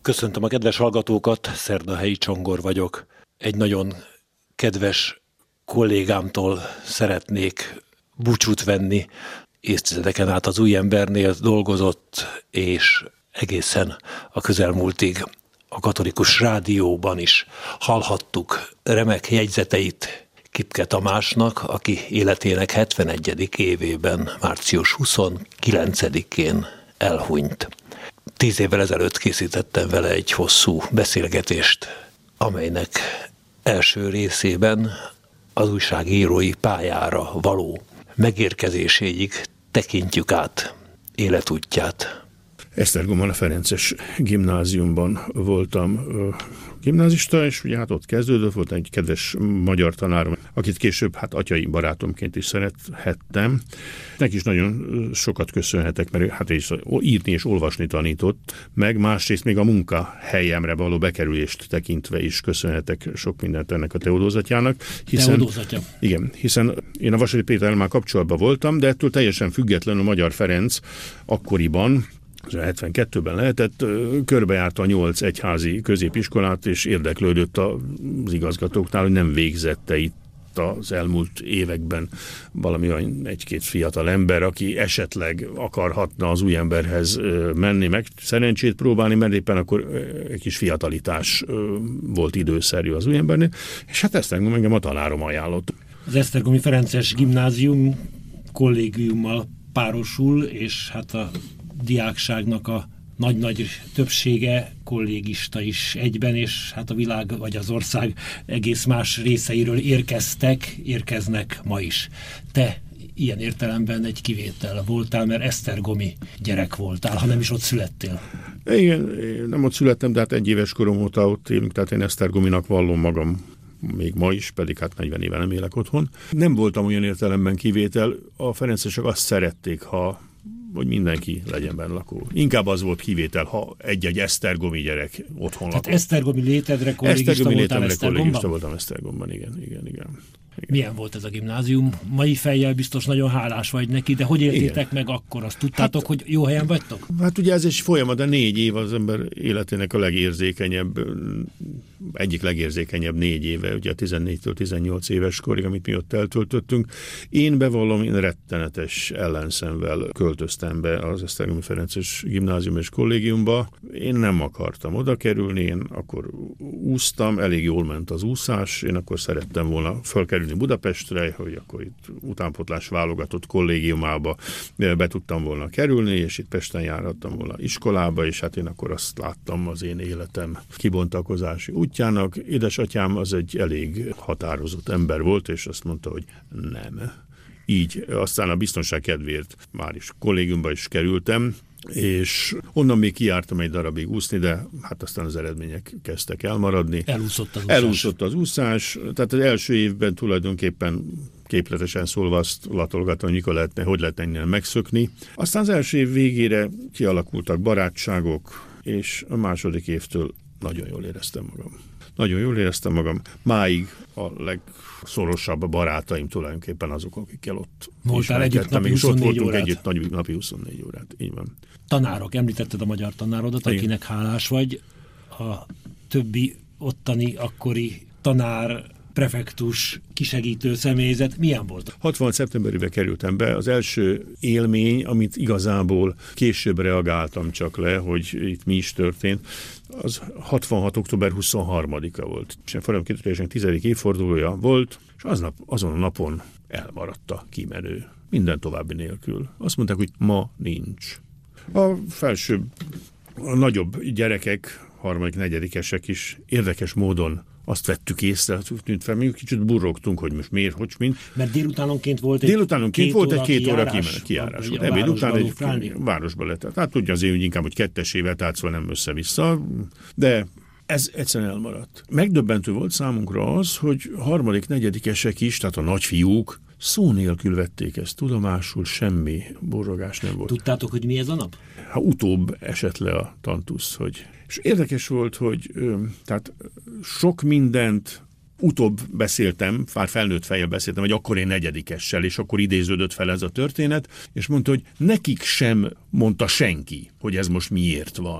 Köszöntöm a kedves hallgatókat, Szerdahelyi Csongor vagyok. Egy nagyon kedves kollégámtól szeretnék búcsút venni. Évtizedeken át az Újembernél dolgozott, és egészen a közelmúltig a Katolikus Rádióban is hallhattuk remek jegyzeteit Kipke Tamásnak, aki életének 71. évében, március 29-én elhunyt. 10 évvel ezelőtt készítettem vele egy hosszú beszélgetést, amelynek első részében az újságírói pályára való megérkezéséig tekintjük át életútját. Esztergomban a Ferences gimnáziumban voltam gimnázista, és ugye ott kezdődött, volt egy kedves magyar tanárom, akit később atyai barátomként is szerethettem. Neki is nagyon sokat köszönhetek, mert írni és olvasni tanított, meg másrészt még a munkahelyemre való bekerülést tekintve is köszönhetek sok mindent ennek a Teodózatjának. Teodózatja. Igen, hiszen én a Vasari Péterrel már kapcsolatban voltam, de ettől teljesen függetlenül Magyar Ferenc akkoriban, 72-ben lehetett, körbejárta a 8 egyházi középiskolát, és érdeklődött az igazgatóknál, hogy nem végzette itt az elmúlt években valami olyan egy-két fiatal ember, aki esetleg akarhatna az Újemberhez menni, meg szerencsét próbálni, mert éppen akkor egy kis fiatalitás volt időszerű az Újembernél, és Esztergom engem a tanárom ajánlott. Az Esztergomi Ferences Gimnázium kollégiummal párosul, és a diákságnak a nagy-nagy többsége kollégista is egyben, és a világ vagy az ország egész más részeiről érkeznek ma is. Te ilyen értelemben egy kivétel voltál, mert esztergomi gyerek voltál, ha nem is ott születtél. Igen, nem ott születtem, de 1 éves korom óta ott élünk, tehát én esztergominak vallom magam még ma is, pedig 40 éve nem élek otthon. Nem voltam olyan értelemben kivétel, a ferencesek azt szerették, hogy mindenki legyen benne lakó. Inkább az volt kivétel, ha egy-egy esztergomi gyerek otthon lakott. Tehát esztergomi létedre kollégista voltam Esztergomban, igen. Milyen volt ez a gimnázium? Mai fejjel biztos nagyon hálás vagy neki, de hogy éltétek meg akkor? Azt tudtátok, hogy jó helyen vagytok? Ugye ez egy folyamat, de 4 év az ember életének a egyik legérzékenyebb 4 éve, ugye 14-től 18 éves korig, amit mi ott eltöltöttünk. Én bevallom, én rettenetes ellenszemvel költöztem be az Esztergomi Ferences Gimnázium és Kollégiumba. Én nem akartam oda kerülni, én akkor úsztam, elég jól ment az úszás, én akkor szerettem volna fölkerülni Budapestre, hogy akkor itt utánpótlás válogatott kollégiumába be tudtam volna kerülni, és itt Pesten járhattam volna iskolába, és én akkor azt láttam az én életem kibontakozási útjának. Édesatyám az egy elég határozott ember volt, és azt mondta, hogy nem. Így aztán a biztonság kedvéért már is kollégiumba is kerültem, és onnan még kijártam egy darabig úszni, de aztán az eredmények kezdtek elmaradni. Elúszott az úszás. Tehát az első évben tulajdonképpen képletesen szólva azt latolgattam, hogy lehetne innen megszökni. Aztán az első év végére kialakultak barátságok, és a második évtől nagyon jól éreztem magam. Máig a legszorosabb barátaim tulajdonképpen azok, akikkel ott voltál együtt napi 24 órát. Együtt napi 24 órát, így van. Tanárok, említetted a magyar tanárodat, akinek hálás vagy. A többi ottani akkori tanár, prefektus, kisegítő személyzet milyen volt? 66. szeptemberében kerültem be. Az első élmény, amit igazából később reagáltam csak le, hogy itt mi is történt, az 66. október 23-a volt. És a folyamkitörésnek 10. évfordulója volt, és azon a napon elmaradt a kimenő. Minden további nélkül. Azt mondták, hogy ma nincs. A nagyobb gyerekek, 3., 4. is érdekes módon azt vettük észre, tűnt fel, még kicsit burrogtunk, hogy most miért, mint. Mert délutánonként volt egy 2 óra kijárás. Ebéd után egy városba lett. Tehát tudja azért, hogy inkább, hogy 2-es évet át, szóval nem össze-vissza, de ez egyszerűen elmaradt. Megdöbbentő volt számunkra az, hogy 3., 4. is, tehát a nagyfiúk szó nélkül vették ezt tudomásul, semmi borrogás nem volt. Tudtátok, hogy mi ez a nap? Utóbb esett le a tantusz, hogy... És érdekes volt, hogy tehát sok mindent utóbb beszéltem, már felnőtt fejjel beszéltem, hogy akkor én 4. és akkor idéződött fel ez a történet, és mondta, hogy nekik sem mondta senki, hogy ez most miért van.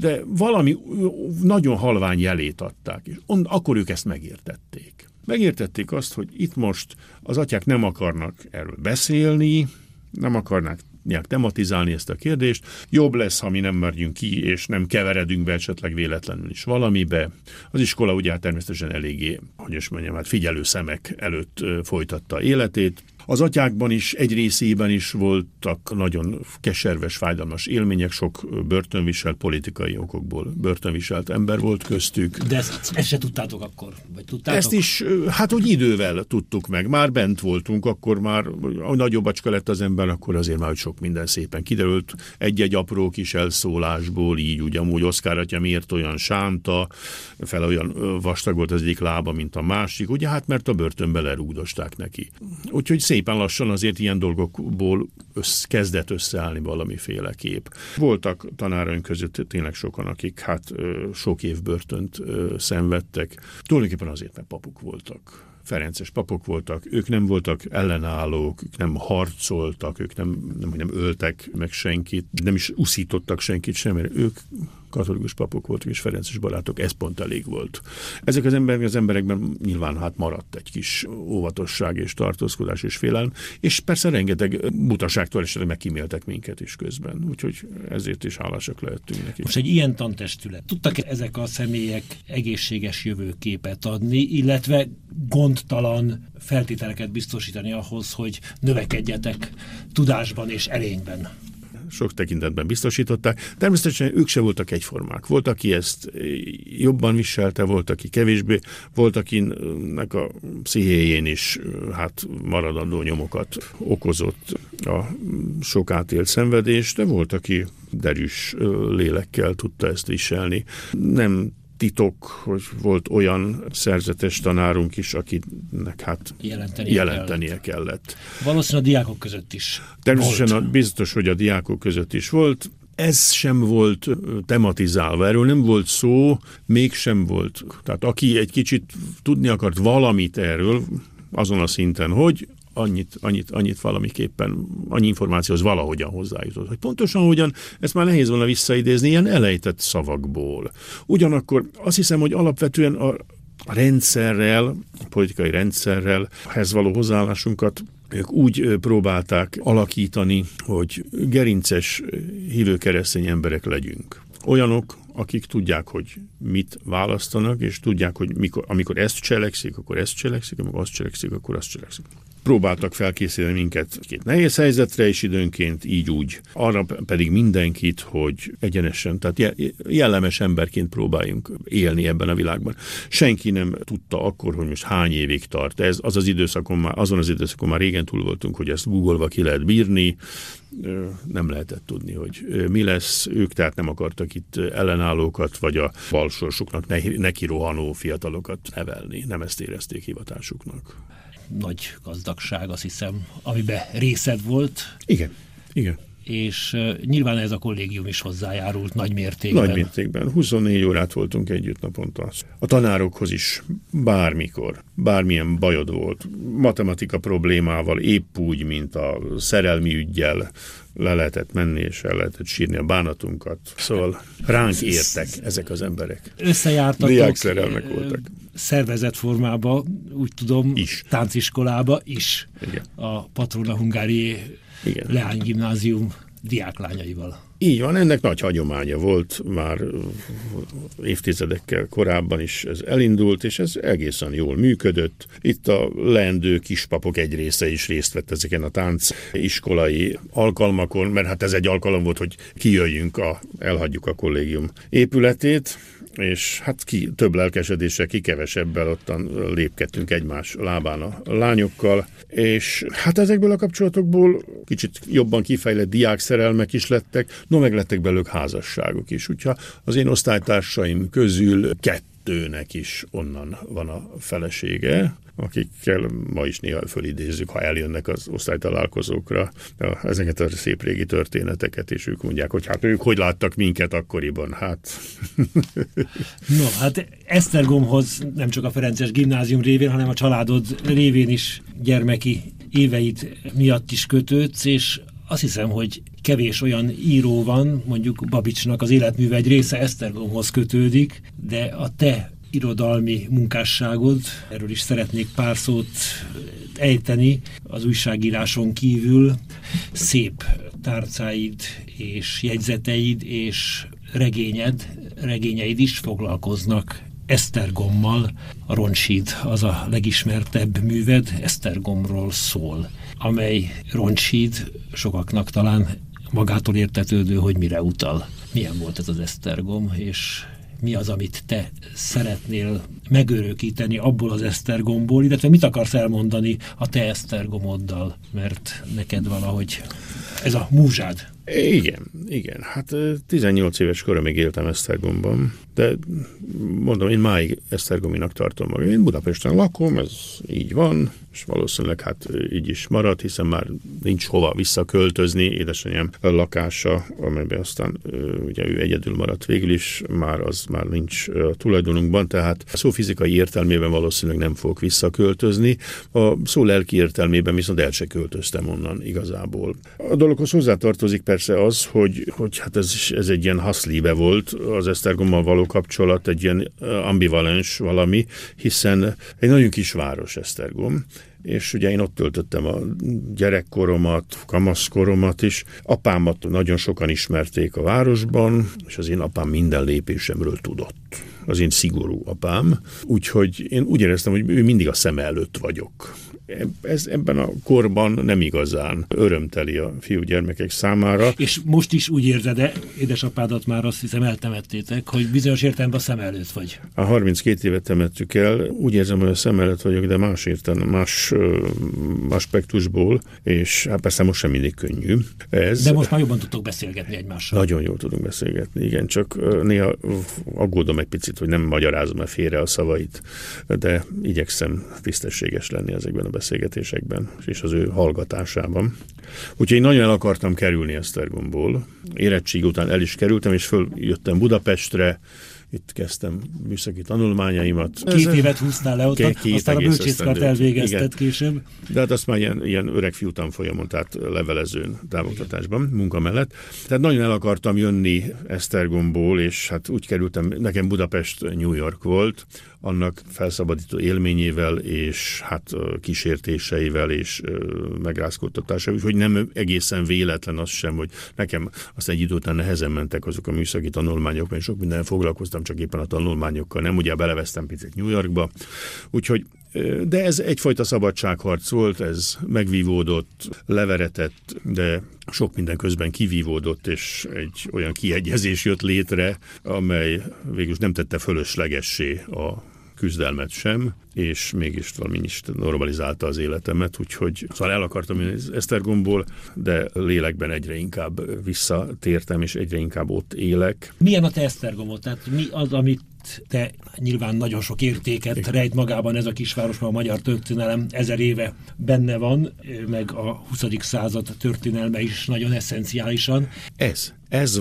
de valami nagyon halvány jelét adták, és akkor ők ezt megértették. Megértették azt, hogy itt most az atyák nem akarnak erről beszélni, nem akarnak tematizálni ezt a kérdést. Jobb lesz, ha mi nem megyünk ki, és nem keveredünk be esetleg véletlenül is valamibe. Az iskola ugye természetesen eléggé, figyelő szemek előtt folytatta életét. Az atyákban is, egy részében is voltak nagyon keserves, fájdalmas élmények, sok börtönviselt, politikai okokból börtönviselt ember volt köztük. De ezt se tudtátok akkor? Vagy tudtátok? Ezt is, úgy idővel tudtuk meg. Már bent voltunk, akkor már a nagyobb acska lett az ember, akkor azért már sok minden szépen kiderült. Egy-egy apró kis elszólásból, így úgy amúgy Oszkár atya miért olyan sánta, fel olyan vastag volt az egyik lába, mint a másik, ugye mert a börtönbe lerúgdosták neki. Úgyhogy szépen lassan azért ilyen dolgokból kezdett összeállni valamiféle kép. Voltak tanáraink között tényleg sokan, akik sok év börtönt szenvedtek. Tulajdonképpen azért, mert papok voltak. Ferences papok voltak, ők nem voltak ellenállók, ők nem harcoltak, ők nem öltek meg senkit, nem is uszítottak senkit sem, mert ők katolikus papok voltak és ferences barátok, ez pont elég volt. Ezek az emberekben nyilván maradt egy kis óvatosság és tartózkodás és félelem, és persze rengeteg butaságtól esetleg megkíméltek minket is közben, úgyhogy ezért is hálásak lehettünk neki. Most egy ilyen tantestület, tudtak ezek a személyek egészséges jövőképet adni, illetve gondtalan feltételeket biztosítani ahhoz, hogy növekedjetek tudásban és erényben? Sok tekintetben biztosították. Természetesen ők se voltak egyformák. Volt, aki ezt jobban viselte, volt, aki kevésbé, volt, akinek a pszichéjén is maradandó nyomokat okozott a sok átélt szenvedés, de volt, aki derűs lélekkel tudta ezt viselni. Nem titok, hogy volt olyan szerzetes tanárunk is, akinek jelentenie kellett. Valószínűleg a diákok között is természetesen biztos, hogy a diákok között is volt. Ez sem volt tematizálva, erről nem volt szó, mégsem volt. Tehát aki egy kicsit tudni akart valamit erről, azon a szinten, hogy annyit valamiképpen, annyi információhoz valahogyan hozzájutott. Hogy pontosan hogyan, ezt már nehéz volna visszaidézni ilyen elejtett szavakból. Ugyanakkor azt hiszem, hogy alapvetően a rendszerrel, a politikai rendszerrel, ehhez való hozzáállásunkat ők úgy próbálták alakítani, hogy gerinces hívő keresztény emberek legyünk. Olyanok, akik tudják, hogy mit választanak, és tudják, hogy amikor ezt cselekszik, akkor ezt cselekszik, amikor azt cselekszik, akkor azt cselekszik. Próbáltak felkészíteni minket két nehéz helyzetre is időnként, így úgy. Arra pedig mindenkit, hogy egyenesen, tehát jellemes emberként próbáljunk élni ebben a világban. Senki nem tudta akkor, hogy most hány évig tart. Azon az időszakon már régen túl voltunk, hogy ezt googolva ki lehet bírni. Nem lehetett tudni, hogy mi lesz. Ők tehát nem akartak itt ellenállókat, vagy a balsorsuknak neki rohanó fiatalokat nevelni. Nem ezt érezték hivatásuknak. Nagy gazdagság, azt hiszem, amiben részed volt. Igen. És nyilván ez a kollégium is hozzájárult nagy mértékben. Nagy mértékben. 24 órát voltunk együtt naponta. A tanárokhoz is bármikor, bármilyen bajod volt, matematika problémával épp úgy, mint a szerelmi üggyel le lehetett menni, és el lehetett sírni a bánatunkat. Szóval ránk értek ezek az emberek. Összejártatok. Diákszerelmek voltak. Szervezett formában, úgy tudom, is. Tánciskolába is. Igen. A Patrona Hungárié leánygimnázium diáklányaival. Így van, ennek nagy hagyománya volt, már évtizedekkel korábban is ez elindult, és ez egészen jól működött. Itt a leendő kispapok egy része is részt vett ezeken a tánciskolai alkalmakon, mert ez egy alkalom volt, hogy kijöjjünk, elhagyjuk a kollégium épületét, és több lelkesedéssel, kevesebbel ottan lépkedtünk egymás lábán a lányokkal, és ezekből a kapcsolatokból kicsit jobban kifejlett diákszerelmek is lettek, meg lettek belőlük házasságok is. Úgyhogy az én osztálytársaim közül kettőnek is onnan van a felesége, akikkel ma is néha fölidézzük, ha eljönnek az osztálytalálkozókra ezeket a szép régi történeteket, és ők mondják, hogy ők hogy láttak minket akkoriban, No, Esztergomhoz nem csak a Ferences Gimnázium révén, hanem a családod révén is gyermeki éveid miatt is kötődsz, és azt hiszem, hogy kevés olyan író van, mondjuk Babicsnak az életműve egy része Esztergomhoz kötődik, de a te irodalmi munkásságod, erről is szeretnék pár szót ejteni, az újságíráson kívül szép tárcáid és jegyzeteid és regényeid is foglalkoznak Esztergommal. A Roncsid az a legismertebb műved, Esztergomról szól, amely Roncsid sokaknak talán magától értetődő, hogy mire utal. Milyen volt ez az Esztergom, és mi az, amit te szeretnél megörökíteni abból az Esztergomból, illetve mit akarsz elmondani a te Esztergomoddal, mert neked valahogy ez a múzsád. Igen. Hát 18 éves koromig éltem Esztergomban, de mondom, én máig esztergominak tartom magam. Én Budapesten lakom, ez így van, és valószínűleg hát így is marad, hiszen már nincs hova visszaköltözni. Édesanyám lakása, amelyben aztán ugye ő egyedül maradt végül is, az már nincs a tulajdonunkban, tehát a szó fizikai értelmében valószínűleg nem fogok visszaköltözni. A szó lelki értelmében viszont el se költöztem onnan igazából. A dologhoz hozzátartozik persze az, hogy hát ez egy ilyen haszlíbe volt, az Esztergommal való kapcsolat, egy ilyen ambivalens valami, hiszen egy nagyon kis város Esztergom, és ugye én ott töltöttem a gyerekkoromat, kamaszkoromat is. Apámat nagyon sokan ismerték a városban, és az én apám minden lépésemről tudott. Az én szigorú apám. Úgyhogy én úgy éreztem, hogy ő mindig a szem előtt vagyok. Ez ebben a korban nem igazán örömteli a fiúgyermekek számára. És most is úgy érzed, de édesapádat már azt hiszem eltemettétek, hogy bizonyos értelemben a szem előtt vagy. A 32 évet temettük el, úgy érzem, hogy a szem előtt vagyok, de más értelem, más aspektusból, és hát persze most sem mindig könnyű. De most már jobban tudtok beszélgetni egymással. Nagyon jól tudunk beszélgetni, igen, csak néha aggódom egy picit, hogy nem magyarázom félre a szavait, de igyekszem tisztességes lenni ezekben a beszélgetésekben, és az ő hallgatásában. Úgyhogy én nagyon el akartam kerülni Esztergomból. Érettség után el is kerültem, és följöttem Budapestre, itt kezdtem műszaki tanulmányaimat. 2 évet húztál le ott, aztán a bölcsészkart elvégezted később. De hát azt már ilyen öreg fiú tanfolyamon, tehát levelezőn, távoktatásban, munka mellett. Tehát nagyon el akartam jönni Esztergomból, és hát úgy kerültem, nekem Budapest New York volt, annak felszabadító élményével, és hát kísértéseivel, és megrázkódtatásával, úgyhogy nem egészen véletlen az sem, hogy nekem azt egy idő után nehezen mentek azok a műszaki tanulmányok, mert sok minden foglalkoztam, csak éppen a tanulmányokkal nem, ugye beleveztem picit New Yorkba, úgyhogy de ez egyfajta szabadságharc volt, ez megvívódott, leveretett, de sok minden közben kivívódott, és egy olyan kiegyezés jött létre, amely végül nem tette fölöslegessé a küzdelmet sem, és mégis valami is normalizálta az életemet, úgyhogy szóval el akartam jönni Esztergomból, de lélekben egyre inkább visszatértem, és egyre inkább ott élek. Milyen a te Esztergomod? Tehát mi az, amit te nyilván nagyon sok értéket rejt magában ez a kisvárosban, a magyar történelem 1000 éve benne van, meg a 20. század történelme is nagyon eszenciálisan. Ez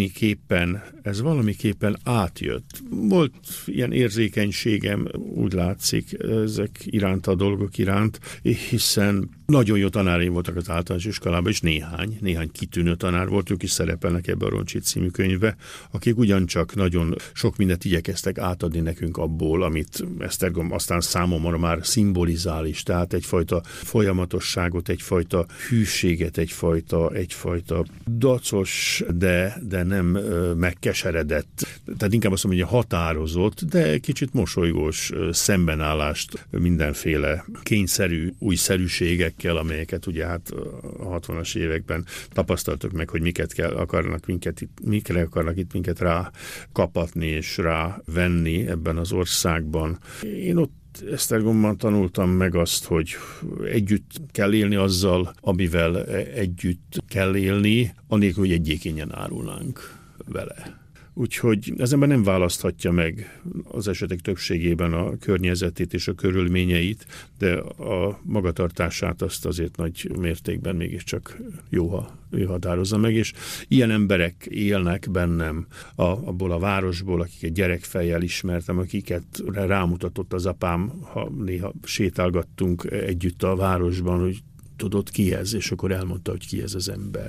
valamiképpen átjött. Volt ilyen érzékenységem, úgy látszik, ezek iránt a dolgok iránt, hiszen nagyon jó tanáraim voltak az általános iskolában, és néhány kitűnő tanár volt, ők is szerepelnek ebbe a Roncsid című könyvbe, akik ugyancsak nagyon sok mindent igyekeztek átadni nekünk abból, amit Esztergom aztán számomra már szimbolizál is, tehát egyfajta folyamatosságot, egyfajta hűséget, egyfajta dacos, de nem megkeseredett, tehát inkább azt mondom, hogy határozott, de kicsit mosolygós szembenállást mindenféle kényszerű újszerűségekkel, amelyeket ugye hát a 60-as években tapasztaltok meg, hogy mikre akarnak itt minket rá kapatni és rá venni ebben az országban. Én ott Esztergomban tanultam meg azt, hogy együtt kell élni azzal, amivel együtt kell élni, anélkül, hogy egyékényen árulnánk vele. Úgyhogy az ember nem választhatja meg az esetek többségében a környezetét és a körülményeit, de a magatartását azt azért nagy mértékben mégiscsak jó, ő határozza meg, és ilyen emberek élnek bennem abból a városból, akiket gyerekfejjel ismertem, akiket rámutatott az apám, ha néha sétálgattunk együtt a városban, hogy tudod ki ez, és akkor elmondta, hogy ki ez az ember.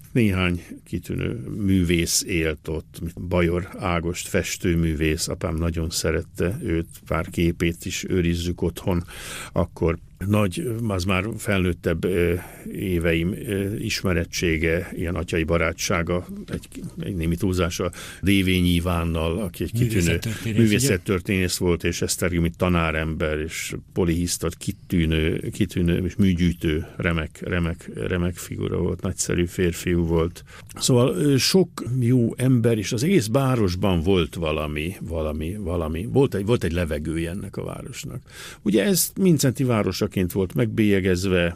néhány kitűnő művész élt ott, Bajor Ágost, festőművész, apám nagyon szerette őt, pár képét is őrizzük otthon, akkor nagy, az már felnőttebb éveim ismerettsége, ilyen atyai barátsága, egy némi túlzása Dévényi Ivánnal, aki egy kitűnő művészettörténész volt, és esztergomi tanárember, és polihisztot, kitűnő és műgyűjtő, remek figura volt, nagyszerű férfiú volt. Szóval sok jó ember, és az egész városban volt valami. Volt egy levegője ennek a városnak. Ugye ez Mindszenty városaként volt megbélyegezve,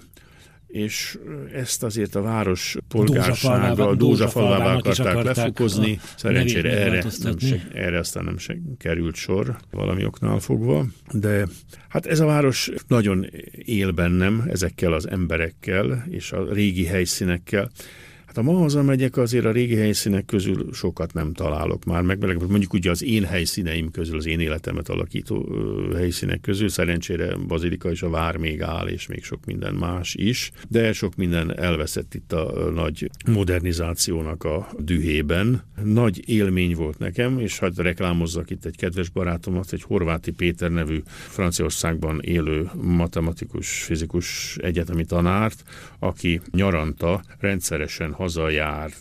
és ezt azért a város polgársága, a Dózsafalvává akarták lefokozni. Szerencsére erre aztán nem került sor valami oknál fogva. De hát ez a város nagyon él bennem ezekkel az emberekkel és a régi helyszínekkel. Ha ma hazamegyek, azért a régi helyszínek közül sokat nem találok már meg, mondjuk ugye az én helyszíneim közül, az én életemet alakító helyszínek közül, szerencsére Bazilika és a vár még áll, és még sok minden más is, de sok minden elveszett itt a nagy modernizációnak a dühében. Nagy élmény volt nekem, és hadd reklámozzak itt egy kedves barátomat, egy Horváthi Péter nevű Franciaországban élő matematikus, fizikus egyetemi tanárt, aki nyaranta rendszeresen hazajárt,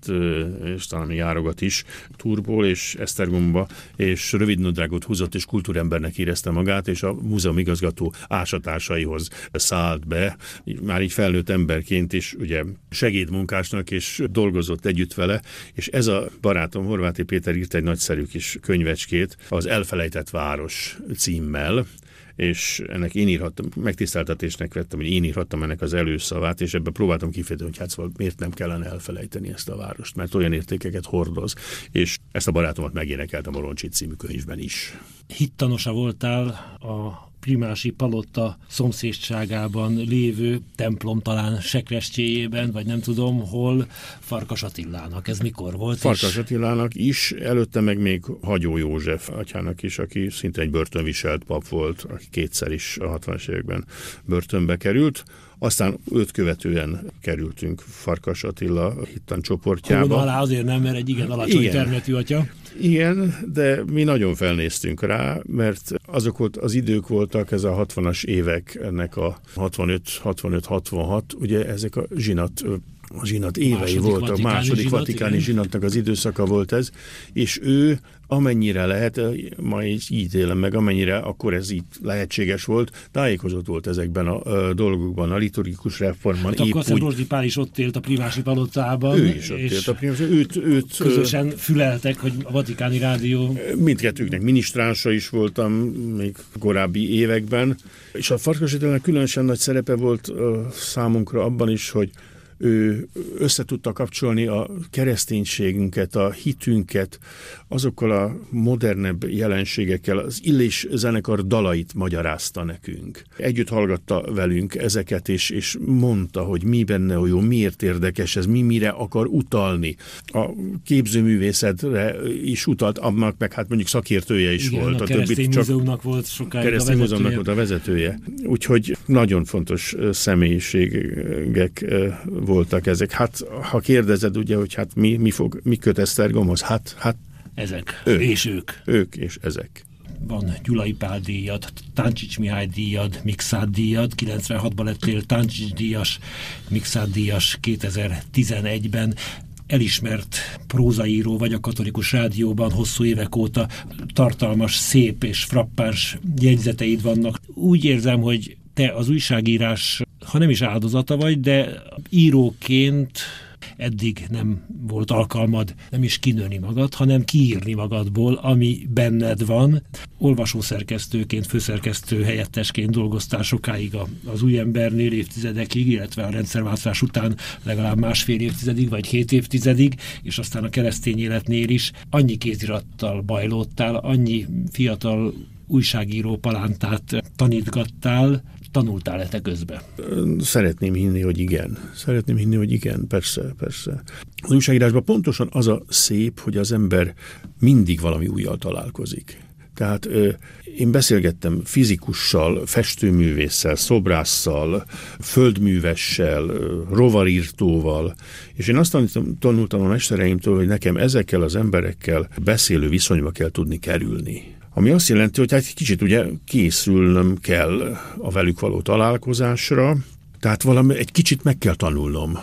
és talán járogat is Turból és Esztergomba, és rövidnadrágot húzott, és kultúrembernek érezte magát, és a múzeum igazgató ásatársaihoz szállt be, már így felnőtt emberként is, ugye segédmunkásnak, és dolgozott együtt vele, és ez a barátom, Horváthi Péter írt egy nagyszerű kis könyvecskét, az Elfelejtett város címmel, és ennek én írhattam, megtiszteltetésnek vettem, hogy én írhattam ennek az előszavát, és ebben próbáltam kifejezni, hogy hát szóval miért nem kellene elfelejteni ezt a várost, mert olyan értékeket hordoz, és ezt a barátomat megénekeltem a Roncsit című könyvben is. Hittanosa voltál a Primási Palota szomszédságában lévő templom, talán Sekrestjéjében, vagy nem tudom hol, Farkas Attilának. Ez mikor volt? Farkas Attilának is, előtte meg még Hagyó József atyának is, aki szinte egy börtönviselt pap volt, aki kétszer is a 60-as években börtönbe került. Aztán őt követően kerültünk Farkas Attila hittan csoportjába. Korona alá azért nem, mert egy igen alacsony termetű atya. Igen, de mi nagyon felnéztünk rá, mert azok volt, az idők voltak, ez a 60-as évek, ennek a 65-66, ugye ezek a zsinat évei voltak, második vatikáni zsinatnak az időszaka volt ez, és ő amennyire lehet, ma így élem meg, amennyire akkor ez így lehetséges volt, tájékozott volt ezekben a dolgokban, a liturgikus reformban. Hát akkor Rozdi Pál is ott élt a Primási Palotában. Ő is ott élt a Primási, őt közösen füleltek, hogy a Vatikáni Rádió... Mindkettőknek minisztránsa is voltam még korábbi években, és a Farkas Attilának különösen nagy szerepe volt számunkra abban is, hogy ő össze tudta kapcsolni a kereszténységünket, a hitünket azokkal a modernebb jelenségekkel, az Illés zenekar dalait magyarázta nekünk. Együtt hallgatta velünk ezeket, és mondta, hogy mi benne jó, miért érdekes ez, mire akar utalni. A képzőművészetre is utalt, annak meg hát mondjuk szakértője is volt. A Keresztény Múzeumnak volt sokáig Keresztény Múzeumnak volt a vezetője. Úgyhogy nagyon fontos személyiségek voltak ezek. Hát, ha kérdezed, ugye, hogy hát mi köt Esztergomhoz? Hát ezek. Ők. Ők és ezek. Van Gyulai Pál díjad, Táncsics Mihály díjad, Mikszáth díjad, 96-ban lettél Táncsics díjas, Mikszáth díjas 2011-ben. Elismert prózaíró vagy a Katolikus Rádióban hosszú évek óta, tartalmas, szép és frappáns jegyzeteid vannak. Úgy érzem, hogy te az újságírás, ha nem is áldozata vagy, de íróként eddig nem volt alkalmad nem is kinőni magad, hanem kiírni magadból, ami benned van. Olvasószerkesztőként, főszerkesztő helyettesként dolgoztál sokáig az Új Embernél évtizedekig, illetve a rendszerváltás után legalább másfél évtizedig, vagy 7 évtizedig, és aztán a keresztény életnél is. Annyi kézirattal bajlódtál, annyi fiatal újságíró palántát tanítgattál, tanultál-e te közben? Szeretném hinni, hogy igen, persze. Az újságírásban pontosan az a szép, hogy az ember mindig valami újjal találkozik. Tehát én beszélgettem fizikussal, festőművésszel, szobrásszal, földművessel, rovarírtóval, és én azt tanultam a mestereimtől, hogy nekem ezekkel az emberekkel beszélő viszonyba kell tudni kerülni. Ami azt jelenti, hogy hát kicsit ugye készülnöm kell a velük való találkozásra, tehát egy kicsit meg kell tanulnom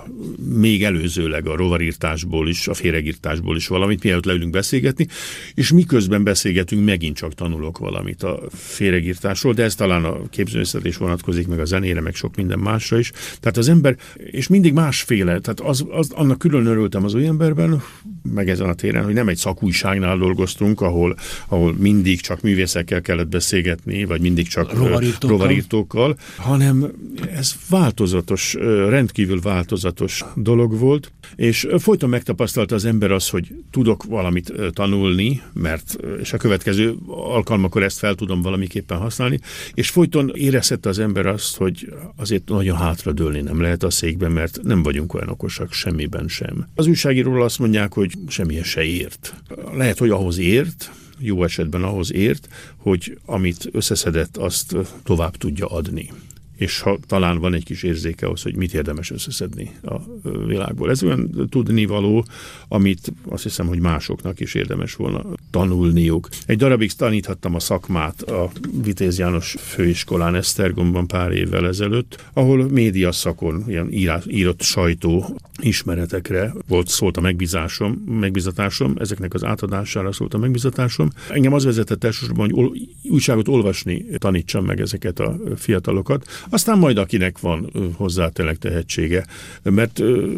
még előzőleg a rovarírtásból is, a féregírtásból is valamit, mielőtt leülünk beszélgetni, és miközben beszélgetünk, megint csak tanulok valamit a féregírtásról, de ez talán a képzőművészet is vonatkozik, meg a zenére, meg sok minden másra is. Tehát az ember, és mindig másféle, tehát annak külön örültem az új emberben, meg ezen a téren, hogy nem egy szakújságnál dolgoztunk, ahol mindig csak művészekkel kellett beszélgetni, vagy mindig csak rovarírtókkal, hanem ez változatos, rendkívül változatos dolog volt, és folyton megtapasztalta az ember az, hogy tudok valamit tanulni, és a következő alkalmakor ezt fel tudom valamiképpen használni, és folyton érezhette az ember azt, hogy azért nagyon hátradőlni nem lehet a székben, mert nem vagyunk olyan okosak semmiben sem. Az újságíróról azt mondják, hogy semmihez se ért. Lehet, hogy ahhoz ért, jó esetben ahhoz ért, hogy amit összeszedett, azt tovább tudja adni. És ha talán van egy kis érzéke ahhoz, hogy mit érdemes összeszedni a világból. Ez olyan tudnivaló, amit azt hiszem, hogy másoknak is érdemes volna tanulniuk. Egy darabig taníthattam a szakmát a Vitéz János főiskolán Esztergomban pár évvel ezelőtt, ahol média szakon, ilyen írott sajtó ismeretekre szólt a megbizatásom, ezeknek az átadására szólt a megbizatásom. Engem az vezetett elsősorban, hogy újságot olvasni tanítsam meg ezeket a fiatalokat. Aztán majd akinek van hozzá tényleg tehetsége, mert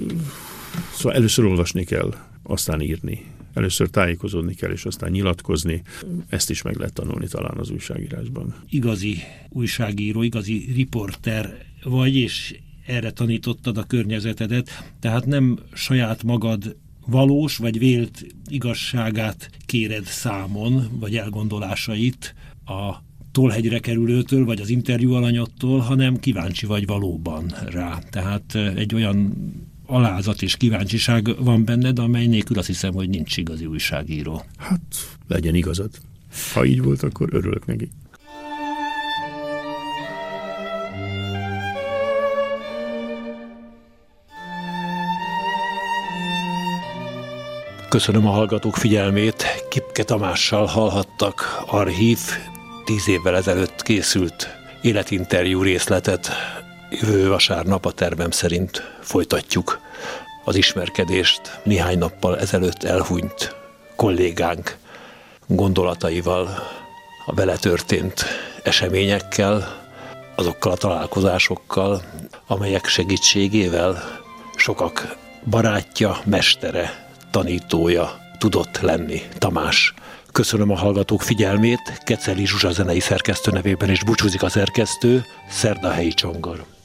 szóval először olvasni kell, aztán írni. Először tájékozódni kell, és aztán nyilatkozni. Ezt is meg lehet tanulni talán az újságírásban. Igazi újságíró, igazi riporter vagy, és erre tanítottad a környezetedet, tehát nem saját magad valós vagy vélt igazságát kéred számon, vagy elgondolásait a tollhegyre kerülőtől, vagy az interjú alanyottól, hanem kíváncsi vagy valóban rá. Tehát egy olyan alázat és kíváncsiság van benned, amely nélkül azt hiszem, hogy nincs igazi újságíró. Hát, legyen igazad. Ha így volt, akkor örülök neki. Köszönöm a hallgatók figyelmét. Kipke Tamással hallhattak archív 10 évvel ezelőtt készült életinterjú részletet. Jövő vasárnap a tervem szerint folytatjuk az ismerkedést néhány nappal ezelőtt elhunyt kollégánk gondolataival, a vele történt eseményekkel, azokkal a találkozásokkal, amelyek segítségével sokak barátja, mestere, tanítója tudott lenni Tamás. Köszönöm a hallgatók figyelmét, Keceli Zsuzsa zenei szerkesztő nevében is búcsúzik a szerkesztő, Szerdahelyi Csongor.